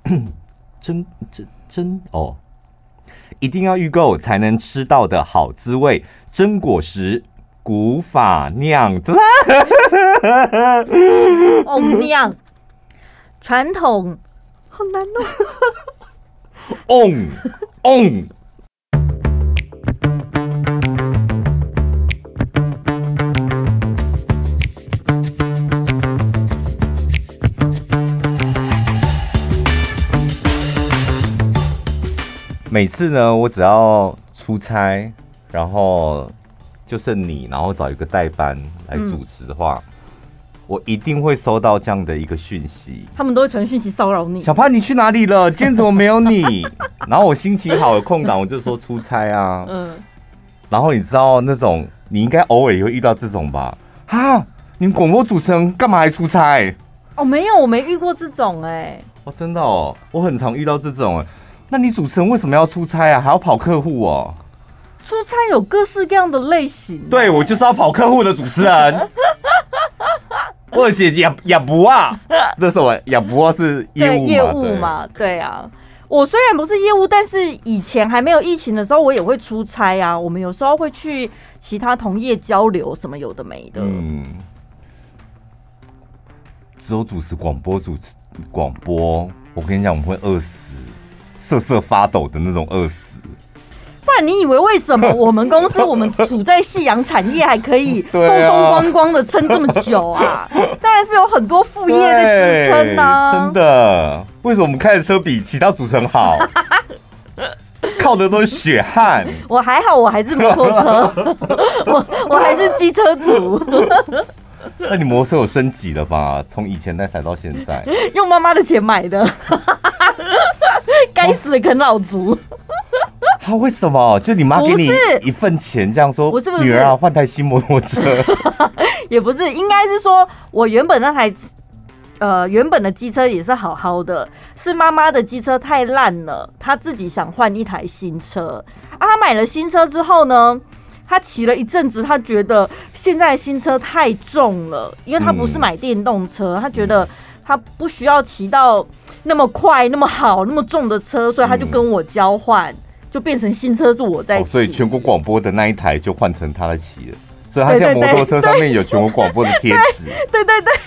真哦，一定要预购才能吃到的好滋味，真果实古法酿。 哦，酿传统好难哦。 每次呢，我只要出差，然后就剩你，然后找一个代班来主持的话，我一定会收到这样的一个讯息。 他们都会传讯息骚扰你。 小潘，你去哪里了？今天怎么没有你？然后我心情好有空档，我就说出差啊。然后你知道那种，你应该偶尔也会遇到这种吧？哈，你们广播主持人干嘛还出差？ 哦，没有，我没遇过这种哦，真的哦，我很常遇到这种那你主持人为什么要出差啊？还要跑客户哦？ 出差有各式各样的类型。 对，我就是要跑客户的主持人。我的姐姐也不啊，这是我也不是业务嘛？对啊。我虽然不是业务，但是以前还没有疫情的时候，我也会出差啊。我们有时候会去其他同业交流，什么有的没的。 只有主持广播，我跟你讲，我们会饿死，瑟瑟发抖的那种饿死。 不然你以为为什么我们公司我们处在夕阳产业还可以风风光光的撑这么久啊？当然是有很多副业在支撑啊。 真的，为什么我们开的车比其他主持人好？靠的都是血汗。 我还好，我还是摩托车，我还是机车族。 那你摩托车有升级了吧？从以前那台到现在， 用妈妈的钱买的，该死的啃老族。 为什么？就你妈给你一份钱，这样说， 不是女儿啊，换台新摩托车。 也不是，应该是说我原本那台原本的机车也是好好的，是妈妈的机车太烂了，她自己想换一台新车啊。她买了新车之后呢，她骑了一阵子，她觉得现在新车太重了，因为她不是买电动车，她觉得她不需要骑到那么快、那么好、那么重的车，所以她就跟我交换。就变成新车是我在骑， 所以全国广播的那一台就换成他在骑了，所以他现在摩托车上面有全国广播的贴纸。 对。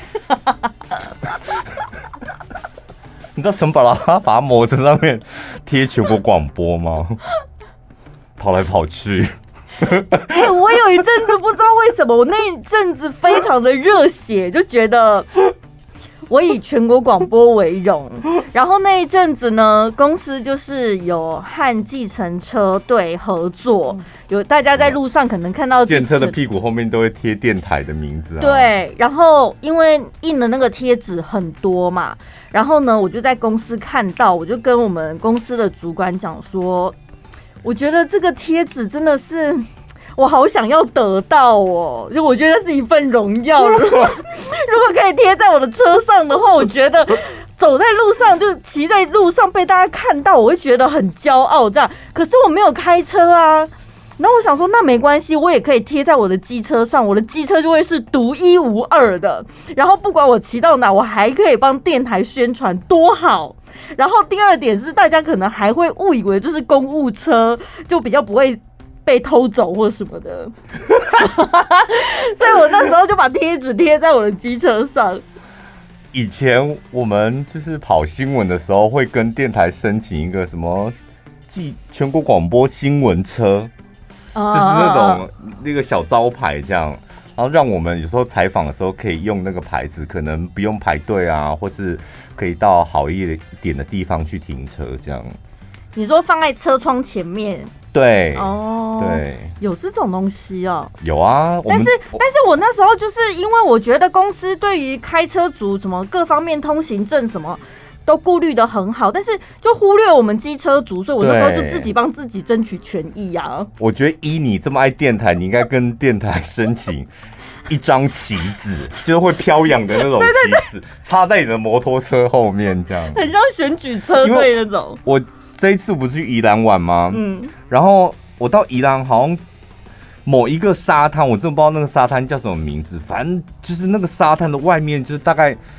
你知道陈宝拉把他摩托车上面贴全国广播吗？跑来跑去。 我有一阵子不知道为什么，我那一阵子非常的热血，就觉得我以全国广播为荣。然后那一阵子呢，公司就是有和计程车队合作，有大家在路上可能看到计程车的屁股后面都会贴电台的名字啊。 对，然后因为印的那个贴纸很多嘛，然后呢，我就在公司看到，我就跟我们公司的主管讲说，我觉得这个贴纸真的是。我好想要得到哦，就我觉得是一份荣耀。如果可以贴在我的车上的话，我觉得走在路上就骑在路上被大家看到，我会觉得很骄傲。这样，可是我没有开车啊。然后我想说，那没关系，我也可以贴在我的机车上，我的机车就会是独一无二的。然后不管我骑到哪，我还可以帮电台宣传，多好。然后第二点是，大家可能还会误以为就是公务车，就比较不会被偷走或什么的。所以我那时候就把贴纸贴在我的机车上。 以前我们就是跑新闻的时候，会跟电台申请一个什么全国广播新闻车，就是那种那个小招牌这样，然后让我们有时候采访的时候可以用那个牌子，可能不用排队啊，或是可以到好一点的地方去停车这样。 你说放在车窗前面？ 对， 对，有这种东西哦。 有啊， 但是我那时候就是因为我觉得公司对于开车族什么各方面通行证什么都顾虑的很好，但是就忽略我们机车族，所以我那时候就自己帮自己争取权益啊。 我觉得依你这么爱电台，你应该跟电台申请一张旗子，就是会飘扬的那种旗子，插在你的摩托车后面，这样很像选举车队那种。 我这一次不是去宜兰玩吗？然后我到宜兰好像某一个沙滩，我真的不知道那个沙滩叫什么名字，反正就是那个沙滩的外面就是大概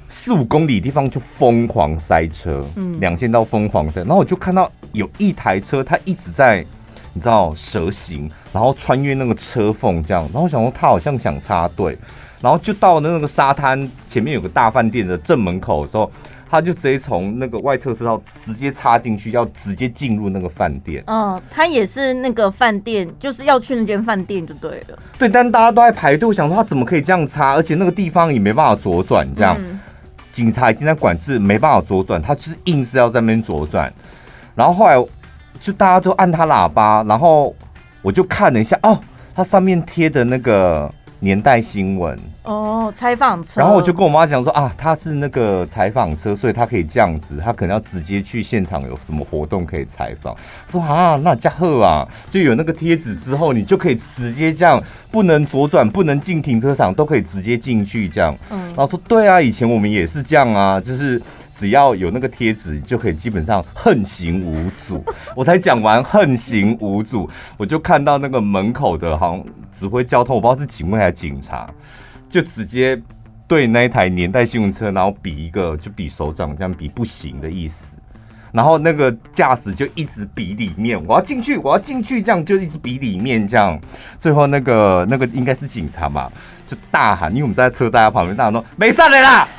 4-5公里的地方就疯狂塞车，2线道疯狂塞，然后我就看到有一台车，它一直在你知道蛇行，然后穿越那个车缝这样，然后我想说他好像想插队，然后就到那个沙滩前面有个大饭店的正门口的时候，他就直接从那个外侧车道直接插进去，要直接进入那个饭店。 他也是那个饭店，就是要去那间饭店就对了。 对，但大家都在排队，我想说他怎么可以这样插，而且那个地方也没办法左转，这样。警察已经在管制，没办法左转，他就是硬是要在那边左转。然后后来就大家都按他喇叭，然后我就看了一下，他上面贴的那个年代新闻采访车。 然后我就跟我妈讲说他是那个采访车，所以他可以这样子，他可能要直接去现场有什么活动可以采访。说那加贺啊，就有那个贴纸之后，你就可以直接这样，不能左转，不能进停车场，都可以直接进去这样。然后说对啊，以前我们也是这样啊，就是只要有那个贴纸，就可以基本上横行无阻。我才讲完横行无阻，我就看到那个门口的好像指挥交通，我不知道是警卫还是警察，就直接对那一台年代新闻车，然后比一个就比手掌这样比不行的意思。然后那个驾驶就一直比里面，我要进去，我要进去，这样就一直比里面这样。最后那个应该是警察嘛，就大喊，因为我们在车大家旁边大喊说没上来啦。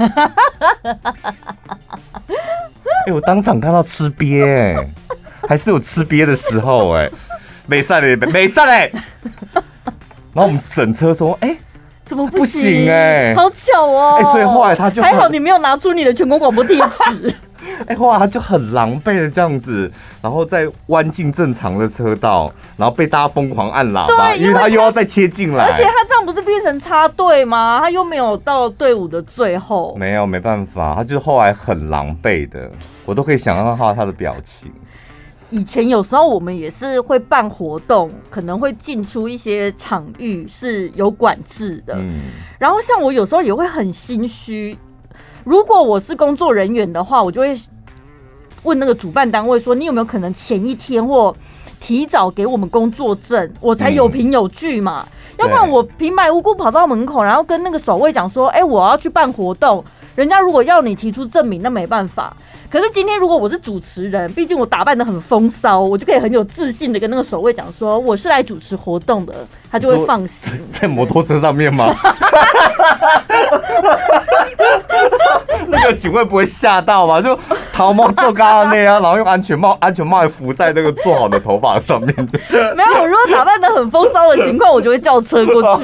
我当场看到吃瘪还是有吃瘪的时候没上来，没上来。然后我们整车说怎么不行好巧哦！ 所以后来他就还好你没有拿出你的全国广播贴纸。 后来他就很狼狈的这样子，然后再弯进正常的车道，然后被大家疯狂按喇叭，因为他又要再切进来， 而且他这样不是变成插队吗？他又没有到队伍的最后， 没办法，他就后来很狼狈的，我都可以想象到他的表情。 以前有时候我们也是会办活动，可能会进出一些场域是有管制的，然后像我有时候也会很心虚。如果我是工作人员的话，我就会问那个主办单位说，你有没有可能前一天或提早给我们工作证，我才有凭有据嘛？要不然我平白无故跑到门口，然后跟那个守卫讲说，我要去办活动，人家如果要你提出证明，那没办法。可是今天如果我是主持人，毕竟我打扮得很风骚，我就可以很有自信的跟那个守卫讲说，我是来主持活动的，他就会放心。 在摩托车上面吗？那个警卫不会吓到吗？就桃毛做刚刚那样，然后用安全帽还扶在那个做好的头发上面。 没有，我如果打扮得很风骚的情况，我就会叫车过去。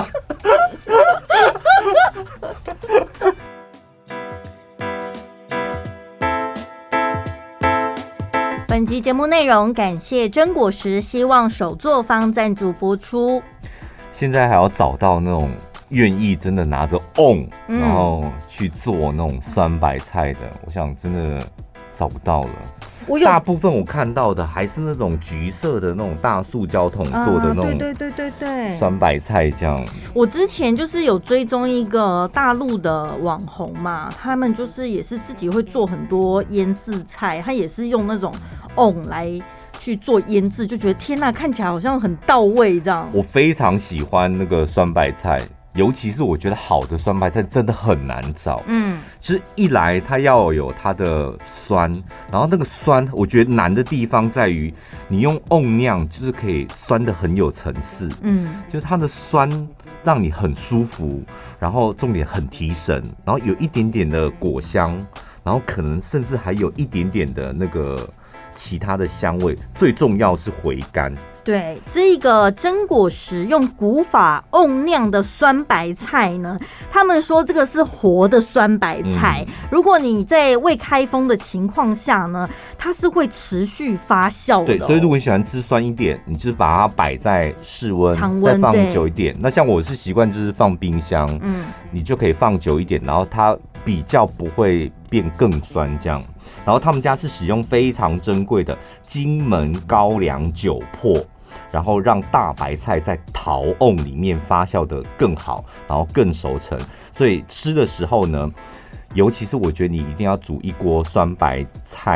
本集节目内容感谢真果实希望手作坊赞助播出。 现在还要找到那种愿意真的拿着然后去做那种酸白菜的，我想真的找不到了。大部分我看到的还是那种橘色的那种大塑胶桶做的那种，对，酸白菜这样。 我之前就是有追踪一个大陆的网红嘛，他们就是也是自己会做很多腌制菜，他也是用那种来去做腌制，就觉得天哪，看起来好像很到位这样。 我非常喜欢那个酸白菜。尤其是我觉得好的酸白菜真的很难找，就是一来它要有它的酸，然后那个酸我觉得难的地方在于你用酿就是可以酸的很有层次，就是它的酸让你很舒服，然后重点很提神，然后有一点点的果香，然后可能甚至还有一点点的那个其他的香味，最重要是回甘。 对，这个真果实用古法酿的酸白菜呢，他们说这个是活的酸白菜，如果你在未开封的情况下呢，它是会持续发酵的。 对，所以如果你喜欢吃酸一点，你就是把它摆在室温，再放久一点。那像我是习惯就是放冰箱，你就可以放久一点，然后它比较不会变更酸这样。然后他们家是使用非常珍贵的金门高粱酒粕，然后让大白菜在陶瓮里面发酵的更好，然后更熟成。所以吃的时候呢，尤其是我觉得你一定要煮一锅酸白菜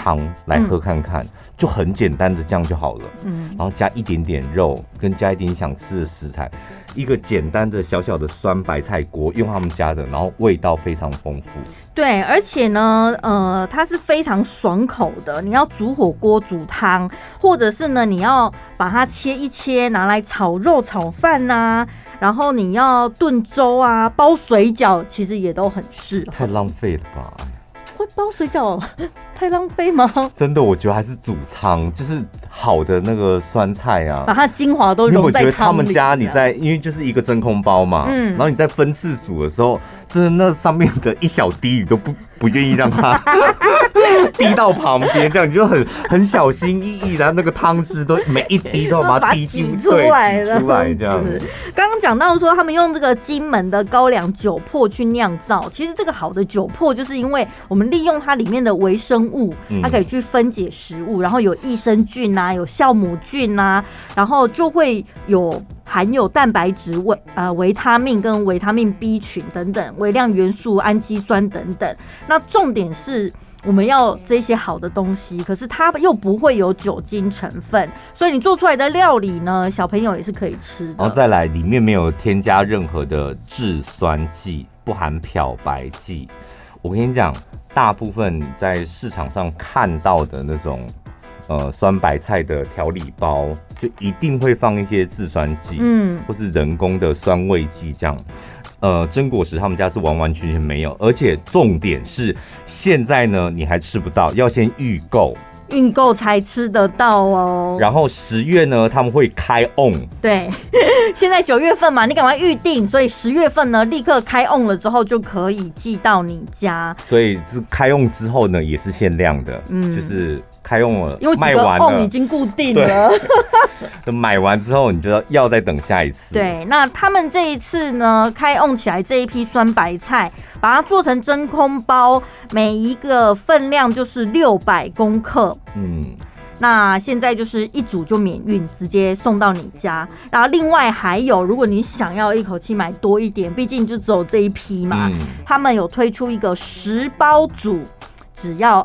汤来喝看看，就很简单的这样就好了。然后加一点点肉，跟加一点想吃的食材，一个简单的小小的酸白菜锅，用他们家的，然后味道非常丰富。 对，而且呢，它是非常爽口的。你要煮火锅煮汤，或者是呢，你要把它切一切拿来炒肉、炒饭呐，然后你要炖粥啊、包水饺，其实也都很适合。 太浪费了吧？ 会包水饺太浪费吗？ 真的，我觉得还是煮汤，就是好的那个酸菜啊， 把它精华都融在汤里。 因为我觉得他们家因为就是一个真空包嘛，然后你在分次煮的时候，真的那上面的一小滴你都不愿意让它滴到旁边，这样你就很小心翼翼，然后那个汤汁都每一滴都把它滴进出来了， 挤出来这样。 刚刚讲到说他们用这个金门的高粱酒粕去酿造，其实这个好的酒粕就是因为我们利用它里面的微生物，它可以去分解食物，然后有益生菌啊，有酵母菌啊，然后就会含有蛋白质、维他命跟维他命 B 群等等微量元素、氨基酸等等。那重点是我们要这些好的东西，可是它又不会有酒精成分，所以你做出来的料理呢，小朋友也是可以吃的。 然后再来，里面没有添加任何的制酸剂，不含漂白剂。我跟你讲，大部分在市场上看到的那种酸白菜的调理包，就一定会放一些制酸剂，或是人工的酸味剂这样。真果实他们家是完完全全没有，而且重点是现在呢，你还吃不到，要先预购。 预购才吃得到哦。 然后10月呢，他们会开 on。 对，现在9月份嘛，你赶快预定，所以10月份呢，立刻开 on 了之后就可以寄到你家。 所以是开 on 之后呢，也是限量的，就是开 on 了， 因为几个 on 已经固定了。 买完之后，你就要再等下一次。 对，那他们这一次呢，开 on 起来这一批酸白菜，把它做成真空包，每一个分量就是600公克。那现在就是一组就免运，直接送到你家。然后另外还有，如果你想要一口气买多一点，毕竟就只有这一批嘛，他们有推出一个10包组，只要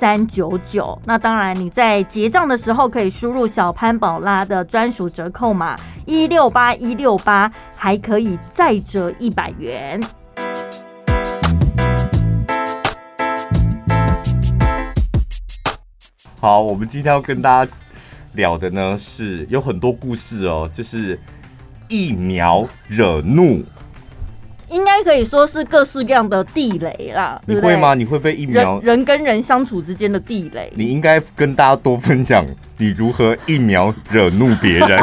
2399。那当然你在结账的时候可以输入小潘宝拉的专属折扣码168168，还可以再折100元。 好，我们今天要跟大家聊的呢是有很多故事哦，就是疫苗惹怒， 应该可以说是各式各样的地雷啦。 你会吗？你会被疫苗人跟人相处之间的地雷？ 你应该跟大家多分享你如何疫苗惹怒别人。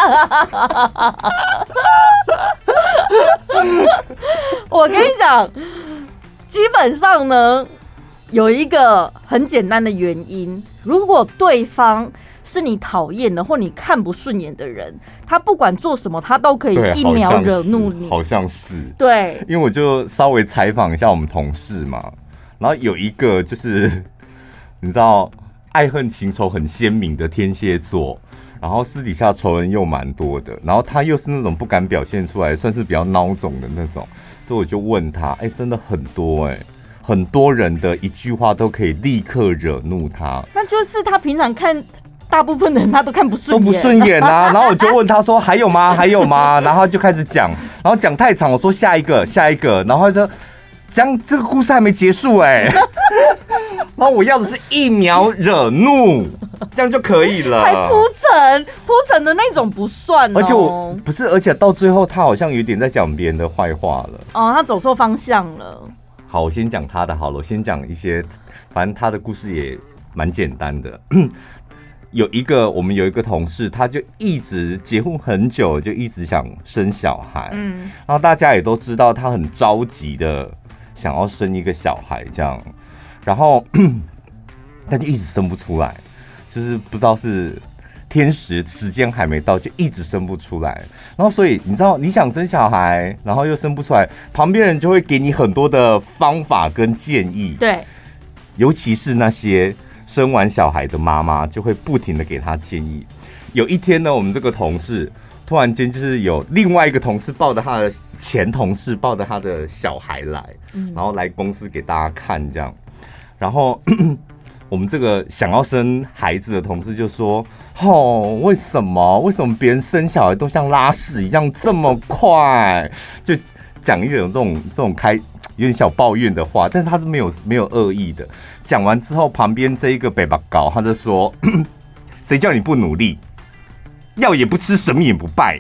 我跟你讲，基本上呢，有一个很简单的原因，如果对方是你讨厌的或你看不顺眼的人，他不管做什么，他都可以一秒惹怒你。 好像是。 对， 因为我就稍微采访一下我们同事嘛，然后有一个就是你知道爱恨情仇很鲜明的天蝎座，然后私底下仇人又蛮多的，然后他又是那种不敢表现出来，算是比较孬种的那种，所以我就问他，真的很多很多人的一句话都可以立刻惹怒他， 那就是他平常看大部分的人他都看不顺眼， 都不顺眼啊。然后我就问他说还有吗？还有吗？然后他就开始讲，然后讲太长，我说下一个，然后他就讲这个故事还没结束然后我要的是一秒惹怒，这样就可以了。 还铺陈的那种不算哦。 而且我不是，而且到最后他好像有点在讲别人的坏话了。 哦，他走错方向了。 好，我先讲他的好了。我先讲一些，反正他的故事也蛮简单的。我们有一个同事，他就一直结婚很久，就一直想生小孩。然后大家也都知道他很着急的想要生一个小孩，这样，然后他就一直生不出来，就是不知道是天时间还没到，就一直生不出来。然后所以你知道，你想生小孩，然后又生不出来，旁边人就会给你很多的方法跟建议。 对， 尤其是那些生完小孩的妈妈，就会不停的给他建议。有一天呢，我们这个同事突然间就是有另外一个同事抱着他的前同事抱着他的小孩来，然后来公司给大家看这样。然后我们这个想要生孩子的同事就说：“哦，为什么别人生小孩都像拉屎一样这么快？”就讲一种这种有点小抱怨的话，但是他是没有恶意的。讲完之后，旁边这一个北巴搞他就说：“谁叫你不努力？药也不吃，神也不拜。”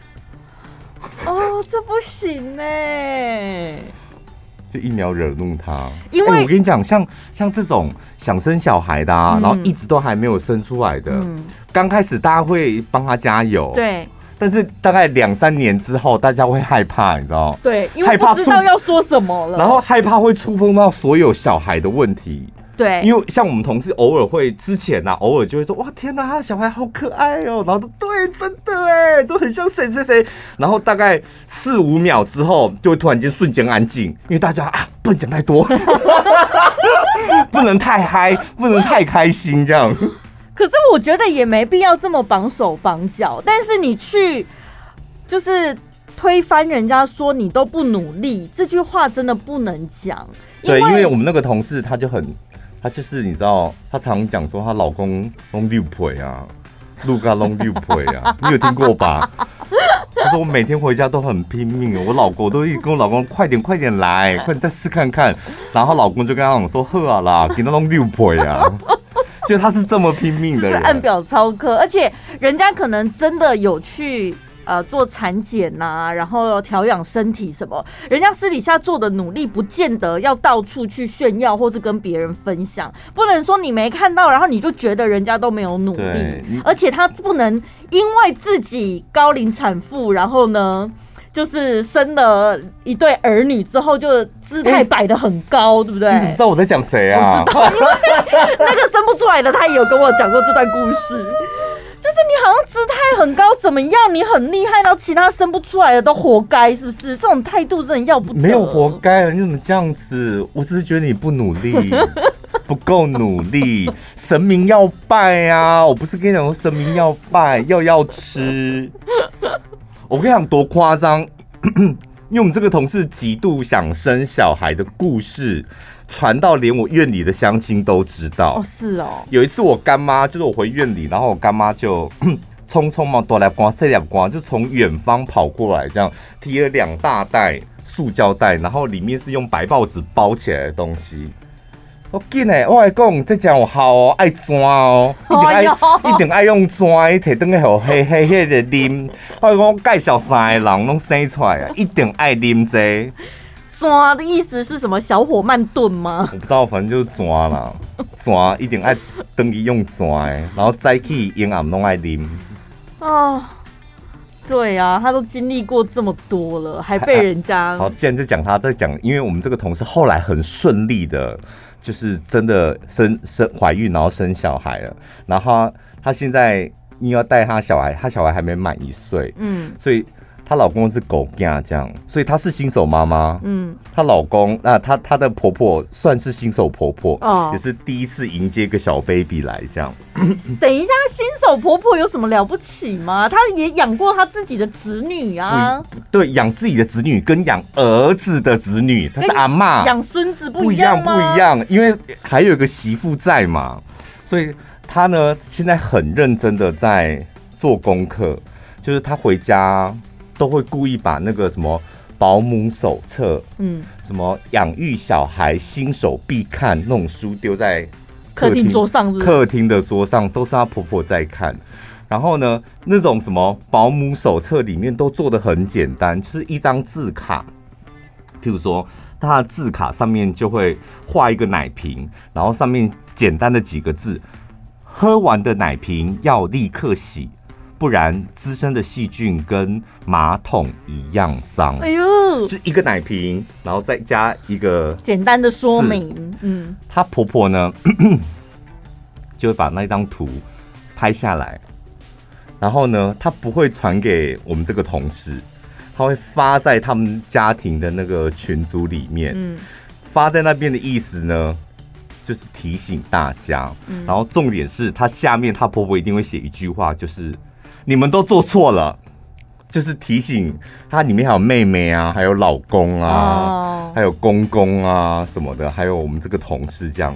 哦，这不行哎！ 就一秒惹怒他， 因为我跟你讲，像这种想生小孩的然后一直都还没有生出来的，刚开始大家会帮他加油， 对。 但是大概2-3年之后，大家会害怕，你知道？ 对，因为不知道要说什么了， 然后害怕会触碰到所有小孩的问题。 对， 因为像我们同事偶尔就会说：“哇，天哪，他的小孩好可爱哦！”然后说：“对，真的哎，就很像谁谁谁。”然后大概4-5秒之后，就会突然间瞬间安静，因为大家不能讲太多，不能太嗨，不能太开心这样。 可是我觉得也没必要这么绑手绑脚，但是你去就是推翻人家说你都不努力这句话真的不能讲。 对，因为我们那个同事他就是你知道，他常讲说她老公弄6倍啊，路嘎弄6倍啊，你有听过吧？他说我每天回家都很拼命，我都一直跟我老公快点来，快点再试看看。然后老公就跟他讲说：“呵啦，给他弄6倍啊。”就他是这么拼命的人， 就是按表操课，而且人家可能真的有去做产检呐，然后调养身体什么，人家私底下做的努力，不见得要到处去炫耀或是跟别人分享。不能说你没看到，然后你就觉得人家都没有努力，而且他不能因为自己高龄产妇，然后呢，就是生了一对儿女之后，就姿态摆得很高，对不对？ 你怎么知道我在讲谁啊？ 我知道，因为那个生不出来的，他也有跟我讲过这段故事。就是你好像姿态很高，怎么样？你很厉害，然后其他生不出来的都活该，是不是？这种态度真的要不得。 没有活该了，你怎么这样子？我只是觉得你不努力，不够努力。神明要拜啊！我不是跟你讲说神明要拜，药要吃。我跟你讲多夸张，因为我们这个同事极度想生小孩的故事。传到连我院里的乡亲都知道。 哦，是哦。 有一次我干妈，就是我回院里，然后我干妈就匆匆忙多来光这两光，就从远方跑过来，这样提了2大袋塑胶袋，然后里面是用白报纸包起来的东西。我紧诶，我来讲，这讲有效哦，爱抓哦，一定爱用抓，摕转去互黑迄个啉。我讲介绍3个人拢生出来啊，一定爱啉这。 抓的意思是什么？小火慢炖吗？ 我不知道，反正就是抓啦，抓一定爱登去用抓的，然后早起阴暗拢爱啉。 哦，对啊，他都经历过这么多了，还被人家…… 好，既然在讲他，在讲，因为我们这个同事后来很顺利的，就是真的怀孕，然后生小孩了，然后他现在因为要带他小孩，他小孩还没满1岁，所以。她老公是狗囝这样，所以她是新手妈妈。她老公她的婆婆算是新手婆婆，也是第一次迎接个小 baby 来这样。 等一下，新手婆婆有什么了不起吗？她也养过她自己的子女啊。 对，养自己的子女跟养儿子的子女，她是阿嬷， 养孙子不一样吗？ 不一样，因为还有一个媳妇在嘛，所以她呢现在很认真的在做功课，就是她回家。都会故意把那个什么保姆手册，什么养育小孩新手必看那种书丢在客厅桌上是不是， 客厅的桌上都是她婆婆在看。然后呢，那种什么保姆手册里面都做得很简单，就是一张字卡，譬如说她的字卡上面就会画一个奶瓶，然后上面简单的几个字：喝完的奶瓶要立刻洗。不然滋生的细菌跟马桶一样脏。哎呦，就一个奶瓶，然后再加一个简单的说明。 她婆婆呢，就会把那张图拍下来，然后呢，她不会传给我们这个同事，她会发在他们家庭的那个群组里面。发在那边的意思呢，就是提醒大家。然后重点是，她下面她婆婆一定会写一句话，就是。你们都做错了，就是提醒他里面还有妹妹啊，还有老公啊，还有公公啊什么的，还有我们这个同事这样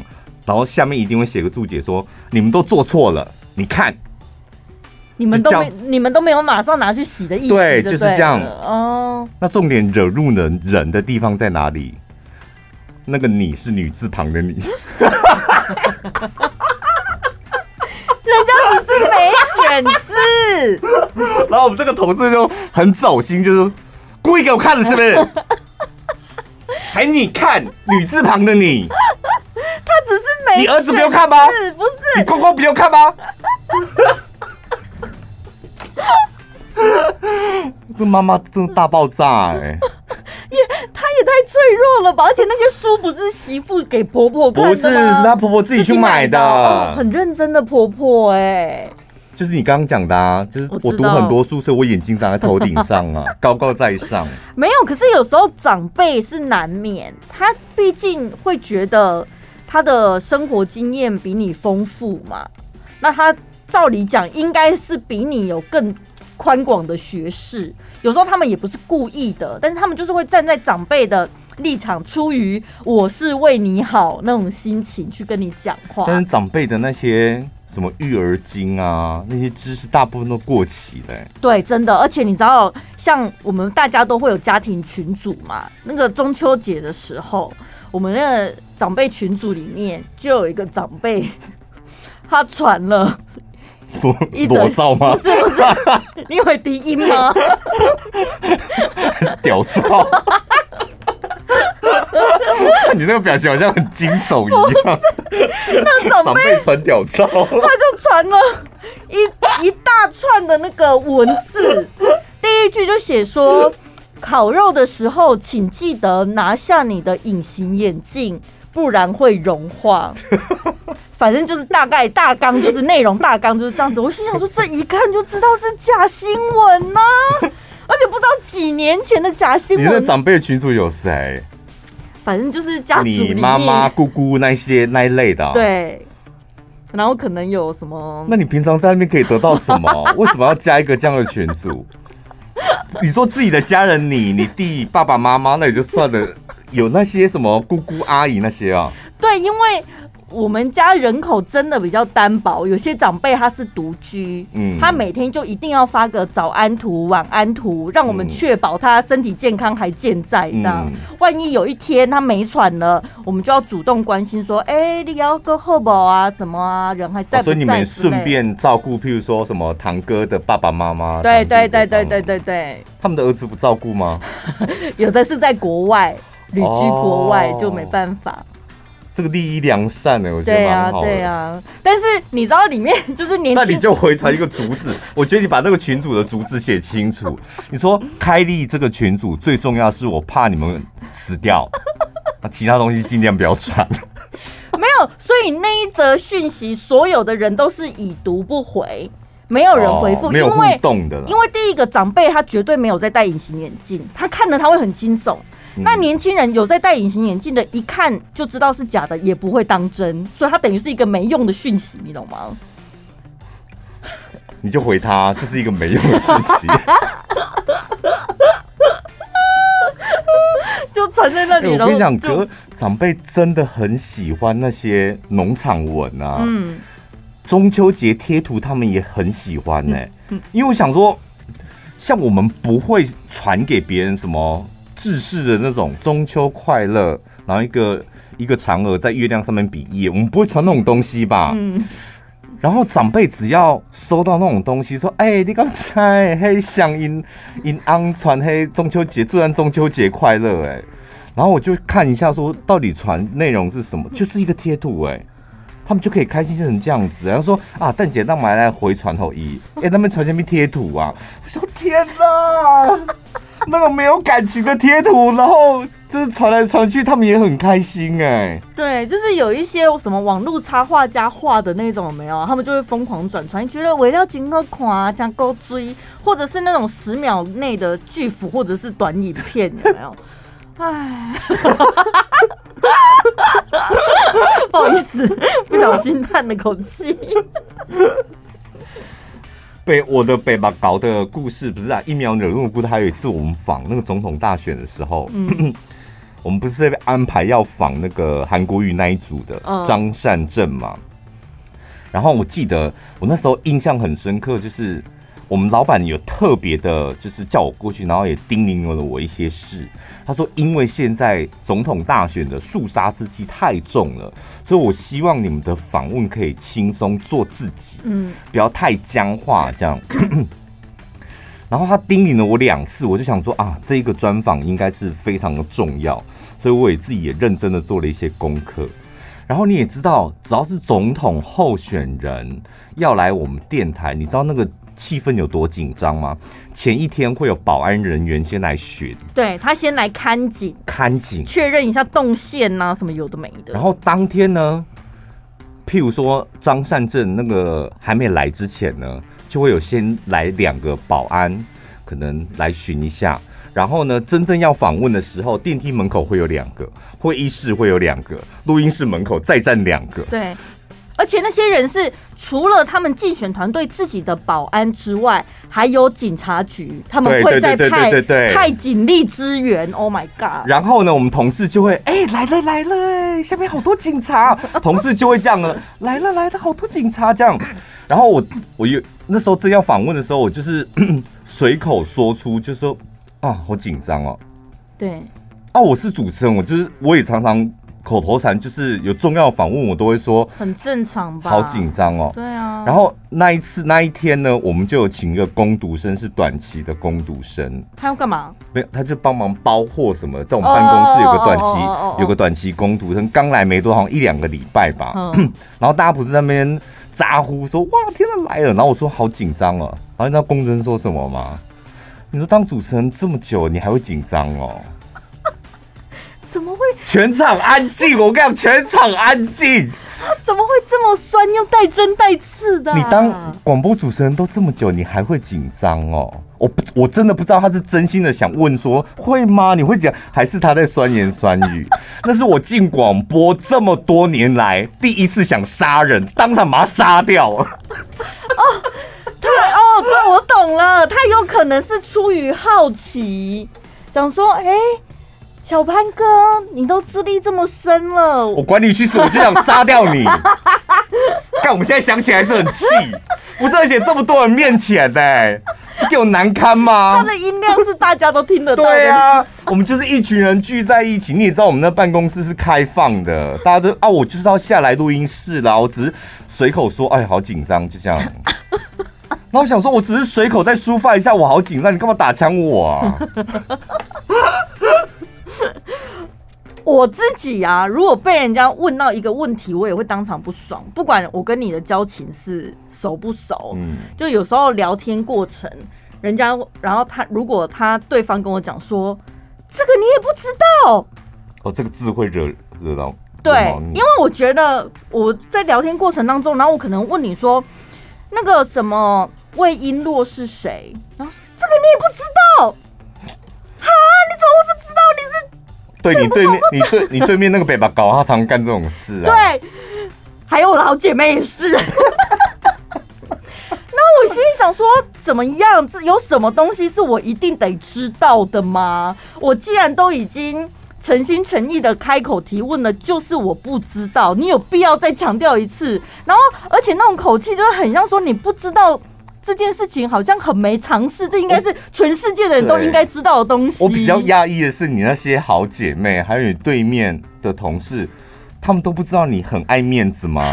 然后下面一定会写个注解说你们都做错了，你看。 你们都没有马上拿去洗的意思， 对，就是这样。 哦， 那重点惹怒人的地方在哪里？那个你是女字旁的你，人家只是没选字。 然后我们这个同事就很走心，就是故意给我看的，是不是？还你看女字旁的你， 他只是没选字， 你儿子不用看吗？ 不是， 你公公不用看吗？这妈妈真的大爆炸哎！ 她也太脆弱了吧！而且那些书不是媳妇给婆婆看的吗？ 不是，是她婆婆自己去买的， 很认真的婆婆哎。 就是你刚刚讲的啊，就是我读很多书，所以我眼睛长在头顶上啊，高高在上。 没有，可是有时候长辈是难免，他毕竟会觉得他的生活经验比你丰富嘛，那他照理讲应该是比你有更宽广的学识。有时候他们也不是故意的，但是他们就是会站在长辈的立场，出于我是为你好那种心情去跟你讲话。 但是长辈的那些什么育儿经啊，那些知识大部分都过期了。 对，真的。而且你知道，像我们大家都会有家庭群组嘛，那个中秋节的时候，我们那个长辈群组里面就有一个长辈，他传了裸照吗？ 不是，你以为低音吗？ 还是屌照？你那个表情好像很惊悚一样。 那长辈传屌照，他就传了一大串的那个文字，第一句就写说：烤肉的时候，请记得拿下你的隐形眼镜，不然会融化。反正就是大概大纲，就是内容大纲就是这样子。我心想说，这一看就知道是假新闻呐、而且不知道几年前的假新闻。 你的长辈群组有谁？ 反正就是家族里面你妈妈、姑姑那一类的、 对，然后可能有什么？ 那你平常在那边可以得到什么？为什么要加一个这样的群组？你说自己的家人你弟、爸爸妈妈那也就算了，有那些什么姑姑、阿姨那些啊？ 对，因为我们家人口真的比较单薄，有些长辈他是独居，他每天就一定要发个早安图、晚安图，让我们确保他身体健康还健在。这样，万一有一天他没喘了，我们就要主动关心说：“你要个好不好啊？什么啊？人还在不在？” 所以你们顺便照顾，譬如说什么堂哥的爸爸妈妈。 对， 他们的儿子不照顾吗？ 有的是在国外旅居国外，就没办法。 这个利益良善我觉得蛮好的。 对啊。但是你知道里面就是年轻， 那你就回传一个主旨，我觉得你把那个群组的主旨写清楚。你说开立这个群组最重要是我怕你们死掉，其他东西尽量不要传。 没有，所以那一则讯息所有的人都是已读不回。没有人回复， 没有互动的。 因为第一个长辈他绝对没有在戴隐形眼镜，他看了他会很惊悚。那年轻人有在戴隐形眼镜的，一看就知道是假的，也不会当真，所以他等于是一个没用的讯息，你懂吗？ 你就回他，这是一个没用的讯息， 就传在那里。 我跟你讲，哥，长辈真的很喜欢那些农场文啊。中秋节贴图他们也很喜欢因为我想说，像我们不会传给别人什么制式的那种中秋快乐，然后一个嫦娥在月亮上面比耶，我们不会传那种东西吧？然后长辈只要收到那种东西，说：“你刚才嘿响音安传嘿中秋节，祝愿中秋节快乐然后我就看一下说，到底传内容是什么，就是一个贴图他们就可以开心成这样子，然后说啊，蛋姐让买来回传后一，他们传下面贴图啊，我说天哪，那个没有感情的贴图，然后就是传来传去，他们也很开心对，就是有一些什么网络插画家画的那种，有没有？他们就会疯狂转传，觉得为了真好看，讲够追，或者是那种10秒内的巨幅或者是短影片，有没有？唉。不好意思，不小心叹了口气。 我的北巴搞的故事不是疫苗惹怒的故事，还有一次我们访那个总统大选的时候， 我们不是被安排要访那个韩国瑜那一组的张善政嘛？然后我记得我那时候印象很深刻，就是我们老板有特别的，就是叫我过去，然后也叮咛了我一些事。他说，因为现在总统大选的肃杀之气太重了，所以我希望你们的访问可以轻松做自己，不要太僵化这样。然后他叮咛了我2次，我就想说啊，这一个专访应该是非常的重要，所以我也自己也认真的做了一些功课。然后你也知道，只要是总统候选人要来我们电台，你知道那个气氛有多紧张吗？前一天会有保安人员先来巡， 对，他先来看景，确认一下动线啊，什么有的没的。 然后当天呢，譬如说张善政那个还没来之前呢，就会有先来2个保安，可能来巡一下。然后呢，真正要访问的时候，电梯门口会有2个，会议室会有2个，录音室门口再站2个。 对，而且那些人是除了他们竞选团队自己的保安之外，还有警察局，他们会再派警力支援。Oh my god！ 然后呢，我们同事就会来了，下面好多警察，同事就会这样了，来了，好多警察这样。然后我那时候正要访问的时候，我就是随口说出，就说。啊，好紧张哦！ 对啊，我是主持人，我也常常口头禅，就是有重要访问，我都会说， 很正常吧？ 好紧张哦。 对啊。 然后那一天呢，我们就有请一个工读生，是短期的工读生。 他要干嘛？ 没有，他就帮忙包货什么。在我们办公室有个短期工读生，刚来没多，好像1-2个礼拜吧。然后大家不是在那边咋呼说哇天啊来了，然后我说好紧张哦。然后你知道工读生说什么吗？你说当主持人这么久，你还会紧张哦？ 怎么会？ 全场安静！我跟你讲，全场安静。 他怎么会这么酸又带针带刺的？ 你当广播主持人都这么久，你还会紧张哦？我真的不知道他是真心的想问说会吗？你会讲还是他在酸言酸语？那是我进广播这么多年来第一次想杀人，当场把他杀掉。 对，我懂了，他有可能是出于好奇，想说，小潘哥，你都资历这么深了， 我管你去死，我就想杀掉你。但我们现在想起来是很气，不是而且这么多人面前是给我难堪吗？ 他的音量是大家都听得到的。 对啊，我们就是一群人聚在一起，你也知道我们那办公室是开放的，大家都我就是要下来录音室啦，我只是随口说，好紧张，就这样。然后我想说，我只是随口再抒发一下，我好紧张，你干嘛打枪我啊？ 我自己啊，如果被人家问到一个问题，我也会当场不爽，不管我跟你的交情是熟不熟。就有时候聊天过程，人家然后如果对方跟我讲说，这个你也不知道， 这个字会惹到。 对，因为我觉得我在聊天过程当中，然后我可能问你说。那个什么魏璎珞是谁？然后这个你也不知道，哈？你怎么会不知道？你是对你对面那个北巴高，他常干这种事啊。 对，还有我的好姐妹也是。那我心里想说，怎么样？这有什么东西是我一定得知道的吗？我既然都已经。诚心诚意的开口提问了，就是我不知道，你有必要再强调一次？然后，而且那种口气就是很像说你不知道这件事情，好像很没常识，这应该是全世界的人都应该知道的东西。 我比较讶异的是，你那些好姐妹，还有你对面的同事，他们都不知道你很爱面子吗？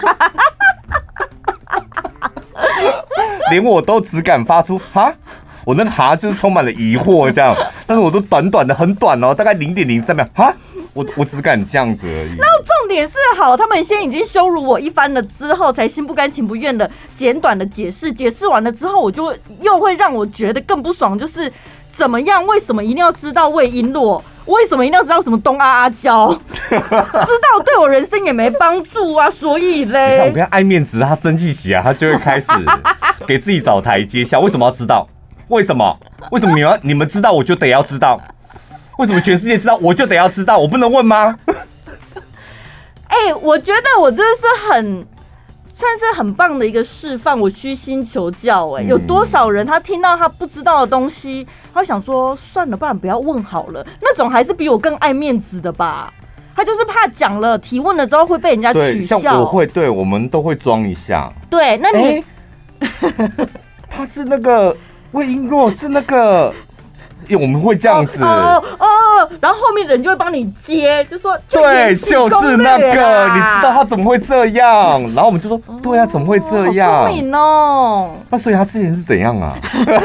连我都只敢发出哈。我那个哈就是充满了疑惑这样，但是我都短短的很短哦，大概0.03秒哈，我只敢这样子而已。 那重点是好，他们先已经羞辱我一番了之后，才心不甘情不愿的简短的解释完了之后，我就又会让我觉得更不爽，就是怎么样？为什么一定要知道魏璎珞？为什么一定要知道什么东阿阿胶？知道对我人生也没帮助啊，所以嘞， 你看我跟他爱面子，他生气起来，他就会开始给自己找台阶下。为什么要知道？为什么你们知道我就得要知道？为什么全世界知道我就得要知道？我不能问吗？ 我觉得我真的是很算是很棒的一个示范，我虚心求教。有多少人他听到他不知道的东西，他会想说算了，不然不要问好了。那种还是比我更爱面子的吧？他就是怕讲了提问了之后会被人家取笑。 像我会，对我们都会装一下。 对，那你他是那个魏璎珞，是那个。我们会这样子然后后面人就会帮你接，就说对，就是那个，你知道他怎么会这样？然后我们就说，对啊，怎么会这样？ 好聪明哦！ 那所以他之前是怎样啊？ 你这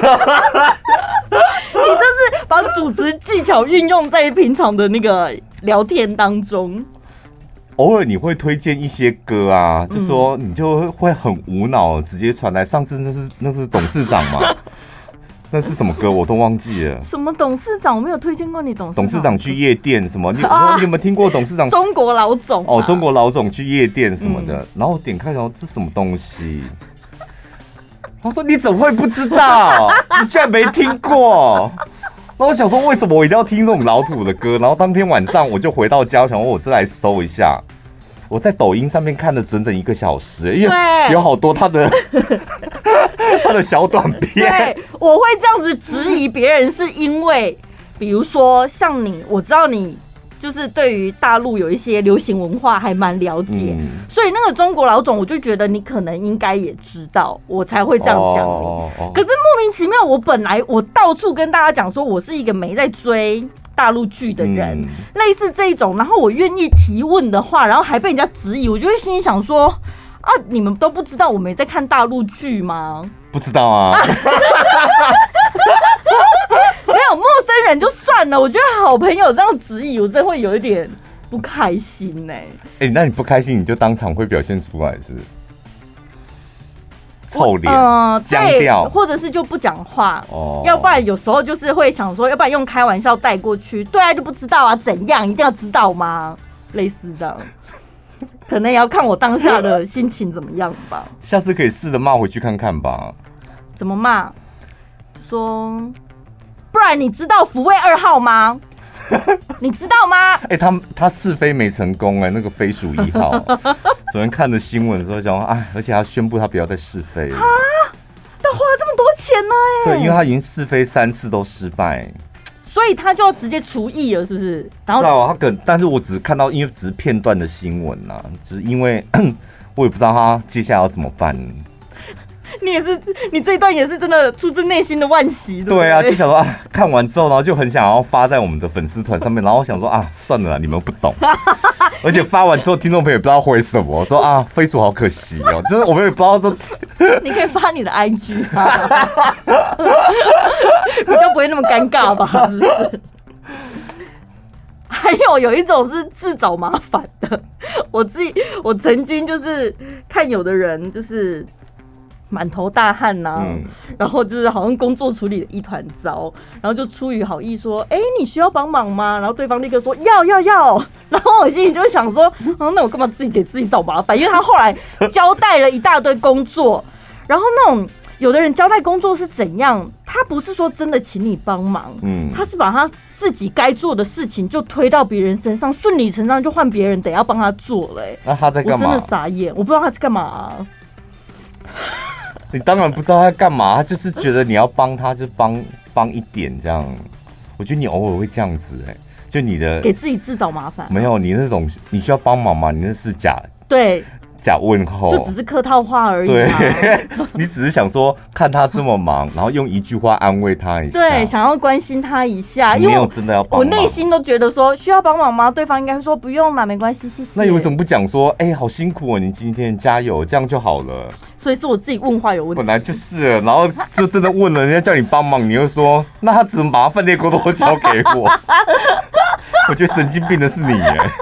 是把主持技巧运用在平常的那个聊天当中。 偶尔你会推荐一些歌啊，就说你就会很无脑直接传来。上次那是董事长嘛？那是什么歌我都忘记了。什么董事长？我没有推荐过你董事长去夜店什么？你有没有听过董事长？ 中国老总中国老总去夜店什么的。然后我点开然后这什么东西？他说你怎么会不知道？你居然没听过？然后我想说为什么我一定要听这种老土的歌？然后当天晚上我就回到家，我想说我再来搜一下。我在抖音上面看了整整1个小时，因为有好多他的小短片。 对，我会这样子质疑别人，是因为比如说像你，我知道你就是对于大陆有一些流行文化还蛮了解，所以那个中国老总，我就觉得你可能应该也知道，我才会这样讲你。可是莫名其妙，我到处跟大家讲说我是一个没在追大陆剧的人，类似这一种，然后我愿意提问的话，然后还被人家质疑，我就会心里想说啊，你们都不知道我没在看大陆剧吗？ 不知道啊。 没有陌生人就算了，我觉得好朋友这样质疑，我真的会有一点不开心呢。 那你不开心，你就当场会表现出来，是不是？臭脸，僵掉， 或者是就不讲话，要不然有时候就是会想说，要不然用开玩笑带过去，对啊，就不知道啊，怎样，一定要知道吗？类似这样，可能也要看我当下的心情怎么样吧。 下次可以试着骂回去看看吧。 怎么骂？说，不然你知道福卫2号吗？你知道吗？ 他试飞没成功那个飞鼠1号，昨天看的新闻的时候讲，而且他宣布他不要再试飞了。 他花这么多钱呢？ 对，因为他已经试飞3次都失败， 所以他就要直接除役了，是不是？然后但是我只看到，因为只是片段的新闻啊，就是因为我也不知道他接下来要怎么办。 你这一段也是真的出自内心的惋惜，对啊，就想说看完之后，然后就很想要发在我们的粉丝团上面，然后想说算了啦，你们不懂。而且发完之后，听众朋友也不知道回什么，说飞鼠好可惜哦，就是我们也不知道说。 你可以发你的 IG 啊，比较不会那么尴尬吧？是不是？还有一种是自找麻烦的，我曾经就是看有的人就是满头大汗然后就是好像工作处理的一团糟，然后就出于好意说，你需要帮忙吗？然后对方立刻说要，然后我心里就想说，那我干嘛自己给自己找麻烦？因为他后来交代了一大堆工作，然后那种有的人交代工作是怎样，他不是说真的请你帮忙，他是把他自己该做的事情就推到别人身上，顺理成章就换别人得要帮他做了。 那他在干嘛？ 我真的傻眼，我不知道他在干嘛你当然不知道他在干嘛，他就是觉得你要帮他，就帮一点这样。我觉得你偶尔会这样子就你的给自己自找麻烦。 没有，你那种你需要帮忙吗？你那是假问候， 就只是客套话而已。 对，你只是想说看他这么忙，然后用一句话安慰他一下， 对，想要关心他一下。因为没有真的要帮忙， 我内心都觉得说需要帮忙吗？对方应该会说不用啦，没关系，谢谢。 那你为什么不讲说，好辛苦你今天加油，这样就好了？ 所以是我自己问话有问题， 本来就是了，然后就真的问了，人家叫你帮忙，你又说那他只能把他饭店工作交给我。我觉得神经病的是你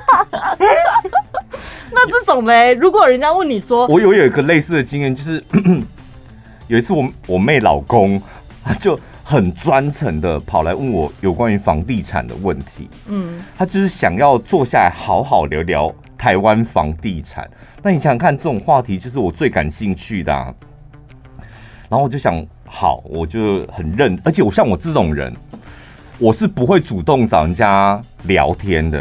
那这种呢？如果人家问你说， 我有一个类似的经验，就是有一次我妹老公他就很专程的跑来问我有关于房地产的问题，他就是想要坐下来好好聊聊台湾房地产。那你想想看，这种话题就是我最感兴趣的然后我就想，好，我就很而且像我这种人，我是不会主动找人家聊天的。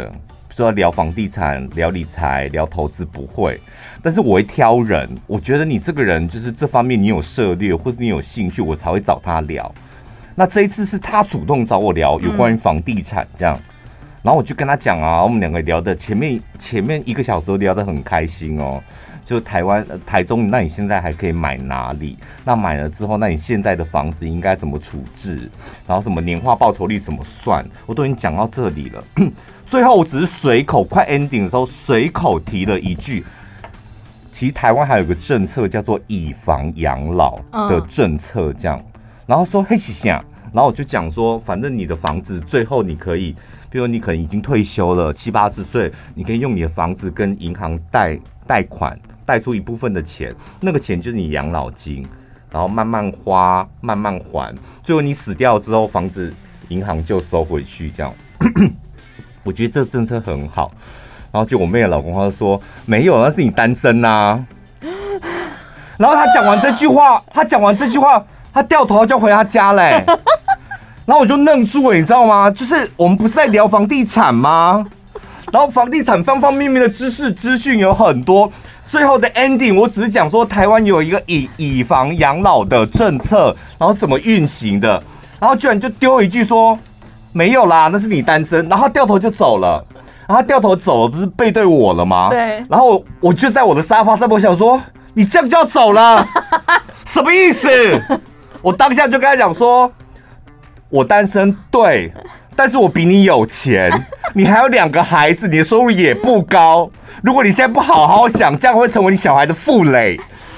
如说聊房地产、聊理财、聊投资不会，但是我会挑人。我觉得你这个人就是这方面你有涉猎，或者你有兴趣，我才会找他聊。那这一次是他主动找我聊有关于房地产这样，然后我就跟他讲啊，我们两个聊的前面1个小时都聊得很开心哦。就台中，那你现在还可以买哪里？那买了之后，那你现在的房子应该怎么处置？然后什么年化报酬率怎么算？我都已经讲到这里了。最后我只是随口快 ending 的时候随口提了一句，其实台湾还有个政策叫做以房养老的政策，这样。然后说嘿是啥？然后我就讲说，反正你的房子最后你可以，比如你可能已经退休了，70、80岁，你可以用你的房子跟银行贷款。贷出一部分的钱，那个钱就是你养老金，然后慢慢花，慢慢还，最后你死掉之后，房子银行就收回去，这样。我觉得这个政策很好。然后就我妹的老公他就说没有，那是你单身啊。然后他讲完这句话，他掉头就回他家嘞。然后我就愣住了，你知道吗？就是我们不是在聊房地产吗？然后房地产方方面面的资讯有很多。最后的 ending 我只是讲说台湾有一个以房养老的政策，然后怎么运行的，然后居然就丢一句说没有啦，那是你单身，然后他掉头就走了，然后他掉头走了不是背对我了吗？ 对， 然后我就在我的沙发上，我想说你这样就要走了，什么意思？我当下就跟他讲说我单身对，但是我比你有钱，你还有2个孩子，你的收入也不高。如果你现在不好好想，这样会成为你小孩的负累。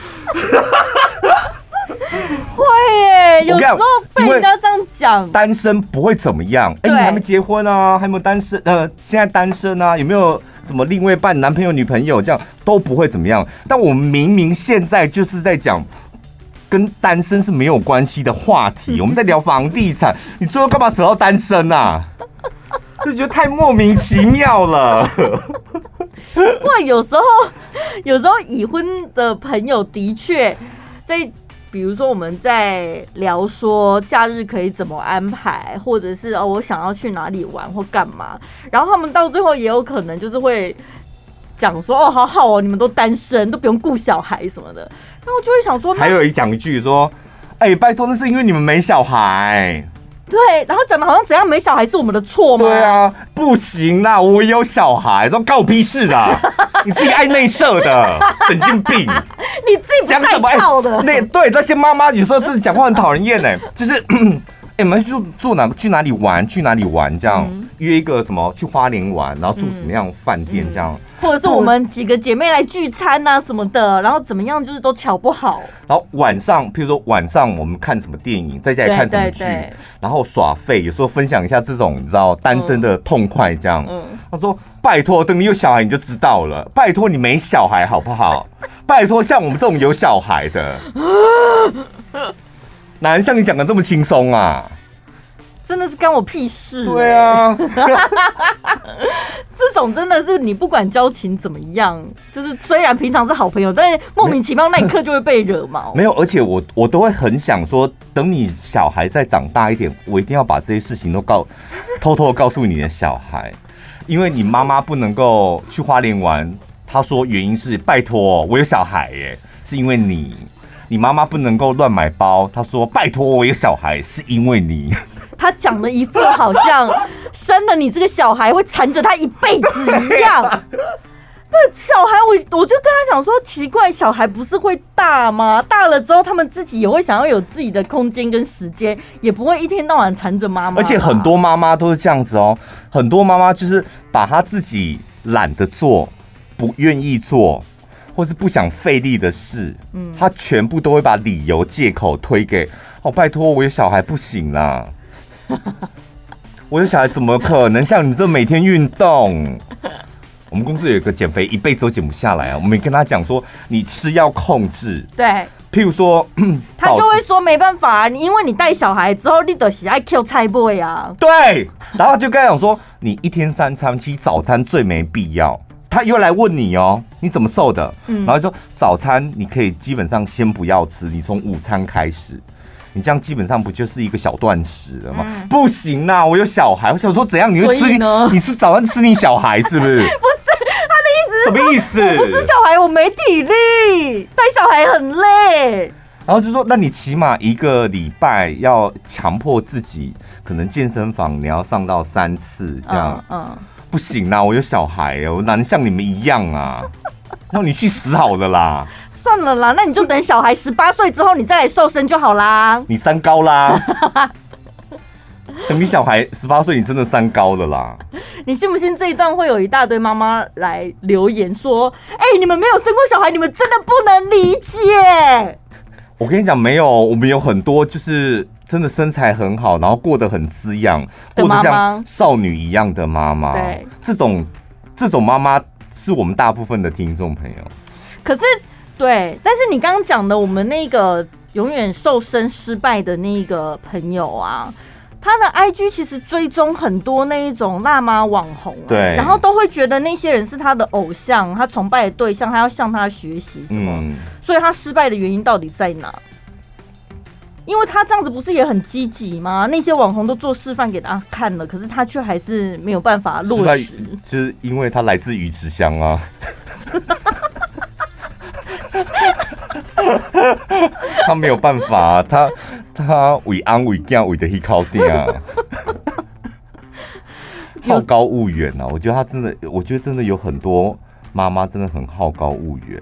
会耶，有时候被人家这样讲， 单身不会怎么样。你还没结婚啊？还没有单身？现在单身啊？有没有什么另外一半、男朋友、女朋友？这样都不会怎么样。但我们明明现在就是在讲跟单身是没有关系的话题，我们在聊房地产，你最后干嘛扯到单身啊？就觉得太莫名其妙了。 哇，有时候已婚的朋友的确在，比如说我们在聊说假日可以怎么安排，或者是我想要去哪里玩或干嘛，然后他们到最后也有可能就是会讲说好好哦，你们都单身，都不用顾小孩什么的，然后我就会想说，还有讲一句说，拜托，那是因为你们没小孩。 对，然后讲的好像怎样没小孩是我们的错吗？ 对啊，不行啦，我也有小孩，都关我屁事啦！你自己爱内射的，神经病！ 你自己讲什么的？ 对，那些妈妈有时候真的讲话很讨人厌哎，就是我们去哪里玩这样，约一个什么去花莲玩，然后住什么样的饭店这样。 或者是我们几个姐妹来聚餐啊什么的，然后怎么样就是都巧不好。 然后晚上，譬如说晚上我们看什么电影，在家里看什么剧，然后耍废，有时候分享一下这种你知道单身的痛快这样。他说：“拜托，等你有小孩你就知道了。拜托你没小孩好不好？拜托像我们这种有小孩的，哪能像你讲的这么轻松啊？” 真的是干我屁事。 对啊， 这种真的是你不管交情怎么样，就是虽然平常是好朋友，但是莫名其妙那一刻就会被惹毛。 没有，而且我都会很想说，等你小孩再长大一点，我一定要把这些事情都偷偷告诉你的小孩，因为你妈妈不能够去花莲玩，她说原因是拜托我有小孩耶，是因为你妈妈不能够乱买包，她说拜托我有小孩是因为你。 他讲的一副好像生了你这个小孩会缠着他一辈子一样。那小孩我就跟他讲说，奇怪，小孩不是会大吗？大了之后他们自己也会想要有自己的空间跟时间，也不会一天到晚缠着妈妈。 而且很多妈妈都是这样子哦，很多妈妈就是把她自己懒得做、不愿意做或是不想费力的事，她全部都会把理由借口推给拜托我有小孩不行啦。我有小孩怎么可能像你这每天运动？我们公司有一个减肥一辈子都减不下来啊！我们跟他讲说，你吃要控制。 对， 譬如说， 他就会说没办法啊，因为你带小孩之后，你就是爱 Q 菜 boy 啊。 对，然后就跟他讲说，你1天3餐，其实早餐最没必要。他又来问你哦，你怎么瘦的？然后就说早餐你可以基本上先不要吃，你从午餐开始。 你这样基本上不就是一个小断食了吗？不行啦，我有小孩，我想说怎样？你会吃你是早上吃你小孩是不是？不是，他的意思是什么意思？ 我不吃小孩，我没体力，带小孩很累。 然后就说，那你起码1个礼拜要强迫自己，可能健身房你要上到3次这样。不行啦，我有小孩我哪能像你们一样啊？让你去死好了啦！ 算了啦，那你就等小孩18岁之后，你再来瘦身就好啦。 你3高啦。等你小孩18岁，你真的3高了啦！ 你信不信这一段会有一大堆妈妈来留言说：“你们没有生过小孩，你们真的不能理解。” 我跟你讲，没有，我们有很多就是真的身材很好，然后过得很滋养，过得像少女一样的妈妈。对，这种妈妈是我们大部分的听众朋友。可是， 对，但是你刚刚讲的，我们那个永远瘦身失败的那个朋友啊。他的 IG 其实追踪很多那一种辣妈网红， 对， 然后都会觉得那些人是他的偶像，他崇拜的对象，他要向他学习什么，所以他失败的原因到底在哪？因为他这样子不是也很积极吗？那些网红都做示范给他看了，可是他却还是没有办法落实， 就是因为他来自鱼池乡啊。他没有办法，他为安为囝为的去靠定啊，好高骛远啊！我觉得他真的，我觉得真的有很多妈妈真的很好高骛远。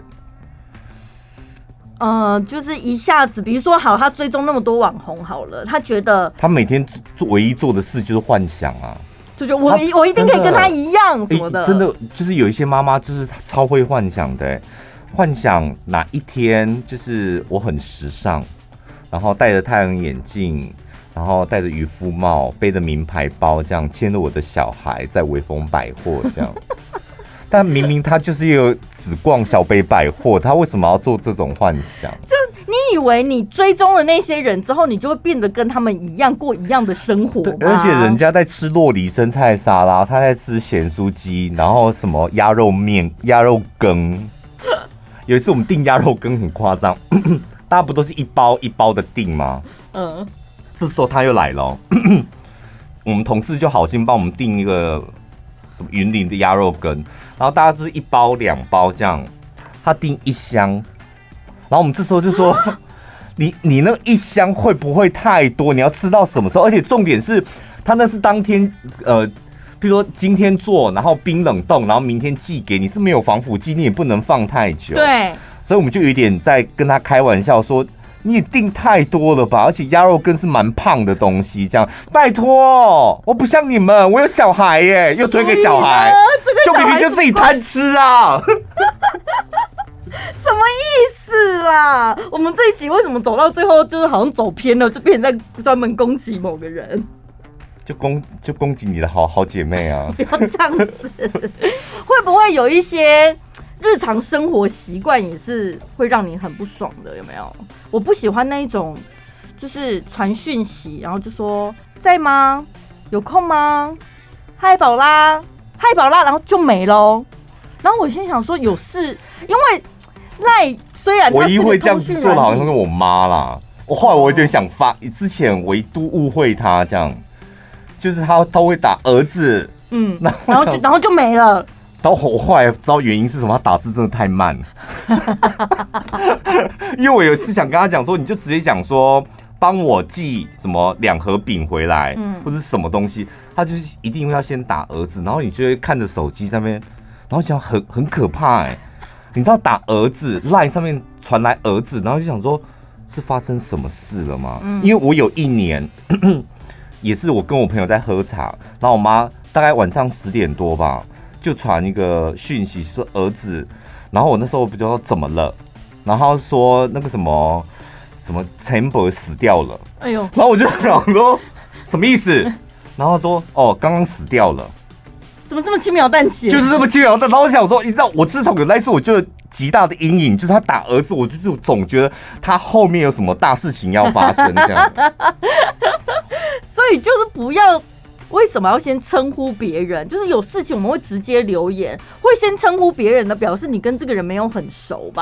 就是一下子，比如说好，他追踪那么多网红好了，他觉得他每天唯一做的事就是幻想啊， 就觉得我一定可以跟他一样什么的。 真的就是有一些妈妈就是超会幻想的。幻想哪一天就是我很时尚，然后戴着太阳眼镜，然后戴着渔夫帽，背着名牌包，这样牵着我的小孩在微风百货这样。但明明他就是一个只逛小北百货，他为什么要做这种幻想？ 就你以为你追踪了那些人之后，你就会变得跟他们一样过一样的生活吗？ 而且人家在吃酪梨生菜沙拉，他在吃咸酥鸡，然后什么鸭肉面、鸭肉羹。有一次我们订鸭肉羹很夸张，大家不都是一包一包的订吗？这时候他又来了，我们同事就好心帮我们订一个什么云林的鸭肉羹，然后大家就是1包2包这样，他订1箱，然后我们这时候就说，你那1箱会不会太多？你要吃到什么时候？而且重点是，他那是当天譬如说今天做，然后冰冷冻，然后明天寄给你，是没有防腐剂，你也不能放太久。 对， 所以我们就有点在跟他开玩笑说，你也订太多了吧？而且鸭肉羹是蛮胖的东西，这样拜托，我不像你们，我有小孩耶，又推给小孩，就明明就自己贪吃啊。什么意思啦？我们这一集为什么走到最后就是好像走偏了，就变成在专门攻击某个人？ 就攻击你的好姐妹啊！ 不要这样子，会不会有一些日常生活习惯也是会让你很不爽的？有没有？我不喜欢那一种，就是传讯息，然后就说在吗？有空吗？嗨宝拉，嗨宝拉，然后就没咯。然后我心想说有事，因为赖虽然唯一会这样子做的好像是我妈啦。我后来我有点想发，之前我一度误会她这样。就是他会打儿子， 然后就没了。 然后我后来知道原因是什么，他打字真的太慢了。因为我有一次想跟他讲说，你就直接讲说，帮我寄什么2盒饼回来，或者是什么东西，他就是一定要先打儿子，然后你就会看着手机上面，然后讲很可怕你知道打儿子 ，LINE 上面传来儿子，然后就想说，是发生什么事了吗？因为我有1年。也是我跟我朋友在喝茶，然后我妈大概晚上10点多吧，就传一个讯息说儿子，然后我那时候不知道怎么了，然后说那个什么陈伯死掉了，哎呦，然后我就想说什么意思，然后说哦刚刚死掉了， 怎么这么轻描淡写？ 就是这么轻描淡写，然后我想说，你知道我自从有那次我就极大的阴影，就是他打儿子，我就是总觉得他后面有什么大事情要发生这样。 所以就是不要，为什么要先称呼别人？就是有事情我们会直接留言，会先称呼别人的，表示你跟这个人没有很熟吧？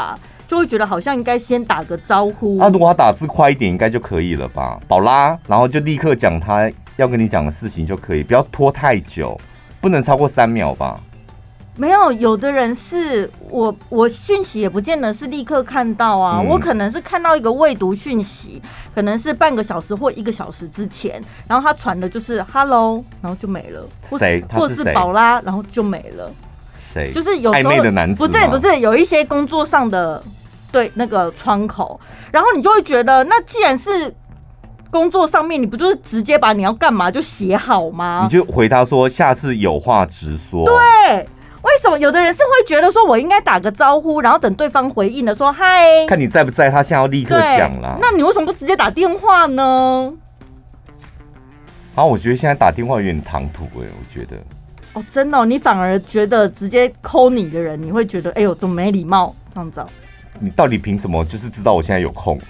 就会觉得好像应该先打个招呼。 如果他打字快一点，应该就可以了吧？宝拉，然后就立刻讲他要跟你讲的事情就可以，不要拖太久，不能超过3秒吧？ 没有，有的人是我讯息也不见得是立刻看到啊，我可能是看到一个未读讯息，可能是半个小时或1个小时之前，然后他传的就是 hello， 然后就没了。 谁？ 或者是宝拉，然后就没了。 谁？ 就是有时候暧昧的男子吗？ 不是，有一些工作上的对那个窗口，然后你就会觉得，那既然是工作上面，你不就是直接把你要干嘛就写好吗？ 你就回他说下次有话直说。 对。为什么有的人是会觉得说我应该打个招呼，然后等对方回应的说嗨， 看你在不在，他现在要立刻讲啦。 那你为什么不直接打电话呢？ 然后我觉得现在打电话有点唐突我觉得。 哦，真的哦，你反而觉得直接 call 你的人，你会觉得哎呦怎么没礼貌这样子？ 你到底凭什么就是知道我现在有空？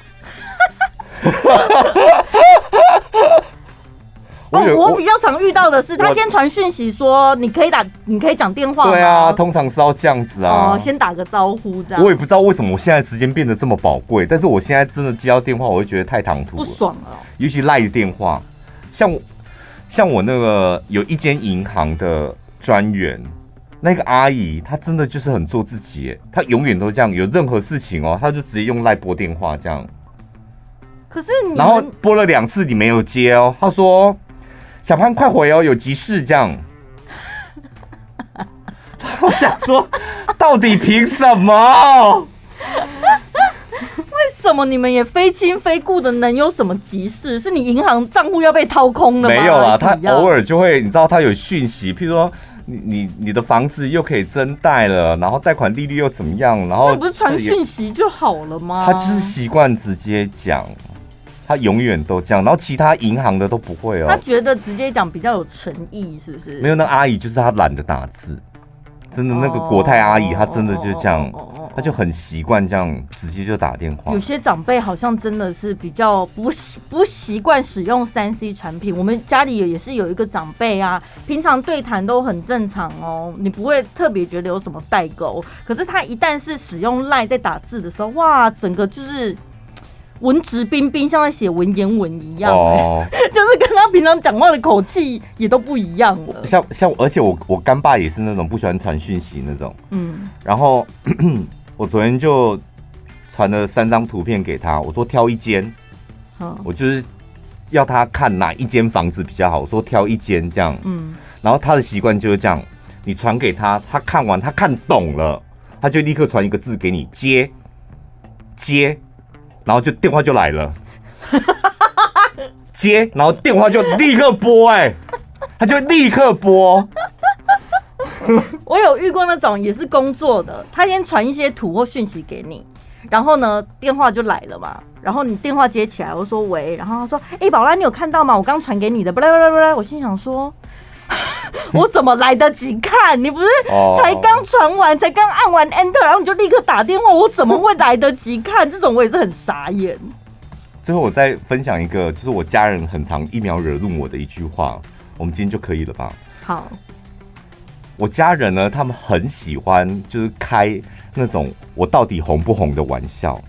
我比较常遇到的是，他先传讯息说你可以讲电话吗？ 对啊，通常是要这样子啊。 先打个招呼这样。 我也不知道为什么我现在时间变得这么宝贵，但是我现在真的接到电话，我会觉得太唐突了， 不爽了。 尤其赖的电话，像我那个有一间银行的专员，那个阿姨她真的就是很做自己，她永远都这样，有任何事情她就直接用赖拨电话这样。 可是然后拨了2次你没有接她说。小潘快回有急事这样。我想说，到底凭什么？ 为什么你们也非亲非故的能有什么急事？是你银行账户要被掏空了吗？ 没有啦，他偶尔就会，你知道他有讯息，譬如说你的房子又可以增贷了，然后贷款利率又怎么样，然后那不是传讯息就好了吗？ 他就是习惯直接讲。他永远都这样，然后其他银行的都不会他觉得直接讲比较有诚意，是不是？ 没有，那阿姨就是他懒得打字，真的那个国泰阿姨，她真的就这样，她就很习惯这样直接就打电话。 有些长辈好像真的是比较不习惯使用3C 产品。我们家里也是有一个长辈啊，平常对谈都很正常你不会特别觉得有什么代沟。可是他一旦是使用 LINE 在打字的时候，哇，整个就是文质彬彬，像在写文言文一样，就是跟他平常讲话的口气也都不一样了。 像，而且我干爸也是那种不喜欢传讯息那种，然后我昨天就传了3张图片给他，我说挑一间，我就是要他看哪一间房子比较好，我说挑一间这样，然后他的习惯就是这样，你传给他，他看完他看懂了，他就立刻传一个字给你，接。然后就电话就来了，接，然后电话就立刻拨，他就立刻拨。 我有遇过那种也是工作的，他先传一些图或讯息给你，然后呢电话就来了嘛，然后你电话接起来，我说喂，然后他说宝拉你有看到吗？我刚传给你的，我心想说。我怎么来得及看？你不是才刚传完，才刚按完 Enter， 然后你就立刻打电话，我怎么会来得及看？这种我也是很傻眼。 最后我再分享一个，就是我家人很常一秒惹怒我的一句话，我们今天就可以了吧？ 好。 我家人呢，他们很喜欢就是开那种我到底红不红的玩笑。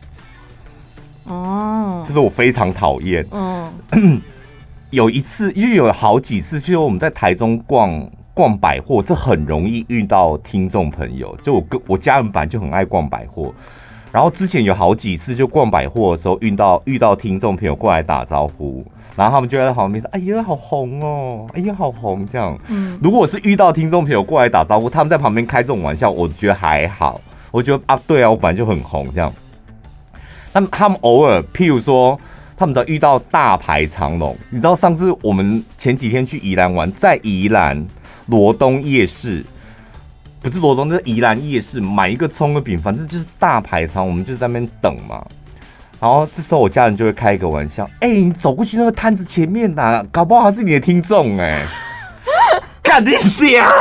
这是我非常讨厌。有一次，因为有好几次，譬如我们在台中逛百货，这很容易遇到听众朋友。就我家人本来就很爱逛百货，然后之前有好几次就逛百货的时候遇到听众朋友过来打招呼，然后他们就在旁边说：“哎呀，好红哦！哎呀，好红！”这样。如果我是遇到听众朋友过来打招呼，他们在旁边开这种玩笑，我觉得还好。我觉得对啊，我本来就很红这样。他们偶尔，譬如说。他们只要遇到大排长龙，你知道上次我们前几天去宜兰玩，在宜兰罗东夜市，不是罗东，就是宜兰夜市买一个葱油饼，反正就是大排长，我们就在那边等嘛。然后这时候我家人就会开一个玩笑，你走过去那个摊子前面呐，搞不好还是你的听众干你娘！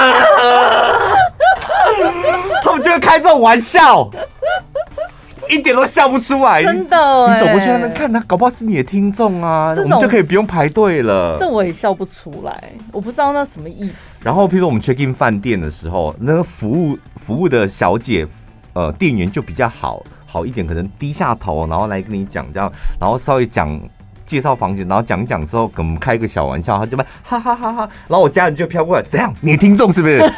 他们就会开这种玩笑。一点都笑不出来， 真的。 你走过去那边看他，搞不好是你的听众啊，我们就可以不用排队了。 这我也笑不出来，我不知道那什么意思。 然后，譬如说我们 check in 饭店的时候，那个服务的小姐，店员就比较好， 好一点，可能低下头，然后来跟你讲这样，然后稍微介绍房间，然后讲之后，跟我们开一个小玩笑，他就哈哈哈哈，然后我家人就飘过来，怎样？你的听众是不是？怎样？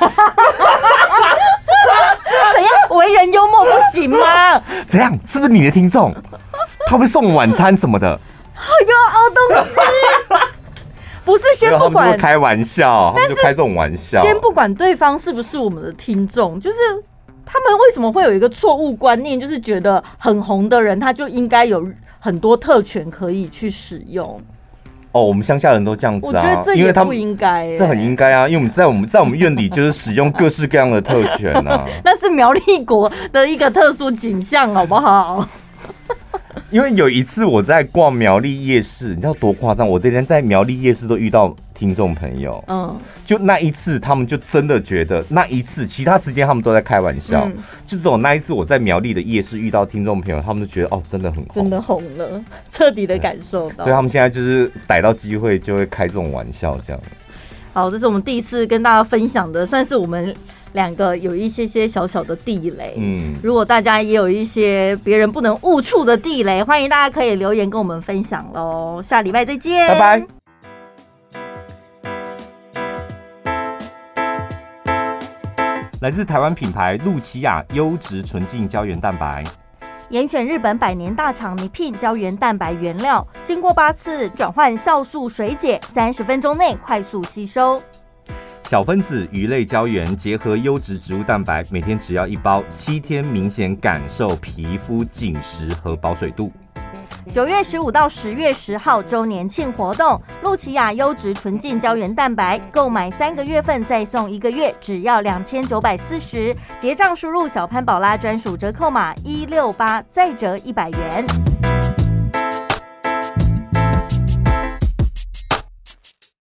为人幽默不行吗？ 怎样？是不是你的听众？他会送晚餐什么的？ 又要凹东西。不是，先不管， 他们就开玩笑，他们就开这种玩笑。 先不管对方是不是我们的听众，就是他们为什么会有一个错误观念，就是觉得很红的人他就应该有很多特权可以去使用。 哦，我们乡下人都这样子啊， 我觉得这也不应该， 这很应该啊，因为我们在我们院里就是使用各式各样的特权啊。 那是苗栗国的一个特殊景象，好不好？ 因为有一次我在逛苗栗夜市，你知道多夸张？我那天在苗栗夜市都遇到听众朋友，就那一次他们就真的觉得那一次，其他时间他们都在开玩笑，就只有那一次我在苗栗的夜市遇到听众朋友，他们就觉得哦，真的很红， 真的红了，彻底的感受到。 所以他们现在就是逮到机会就会开这种玩笑，这样。 好，这是我们第一次跟大家分享的，算是我们两个有一些小小的地雷。如果大家也有一些别人不能误触的地雷，欢迎大家可以留言跟我们分享咯。下礼拜再见， 拜拜。来自台湾品牌露琪亚优质纯净胶原蛋白， 严选日本百年大厂 Nippon 胶原蛋白原料，经过8次转换酵素水解，30分钟内快速吸收。 小分子鱼类胶原结合优质植物蛋白，每天只要1包，7天明显感受皮肤紧实和保水度。 9月15到10月10号周年庆活动，露琪亚优质纯净胶原蛋白购买3个月份再送1个月，只要2940，结账输入小潘宝拉专属折扣码168，再折100元。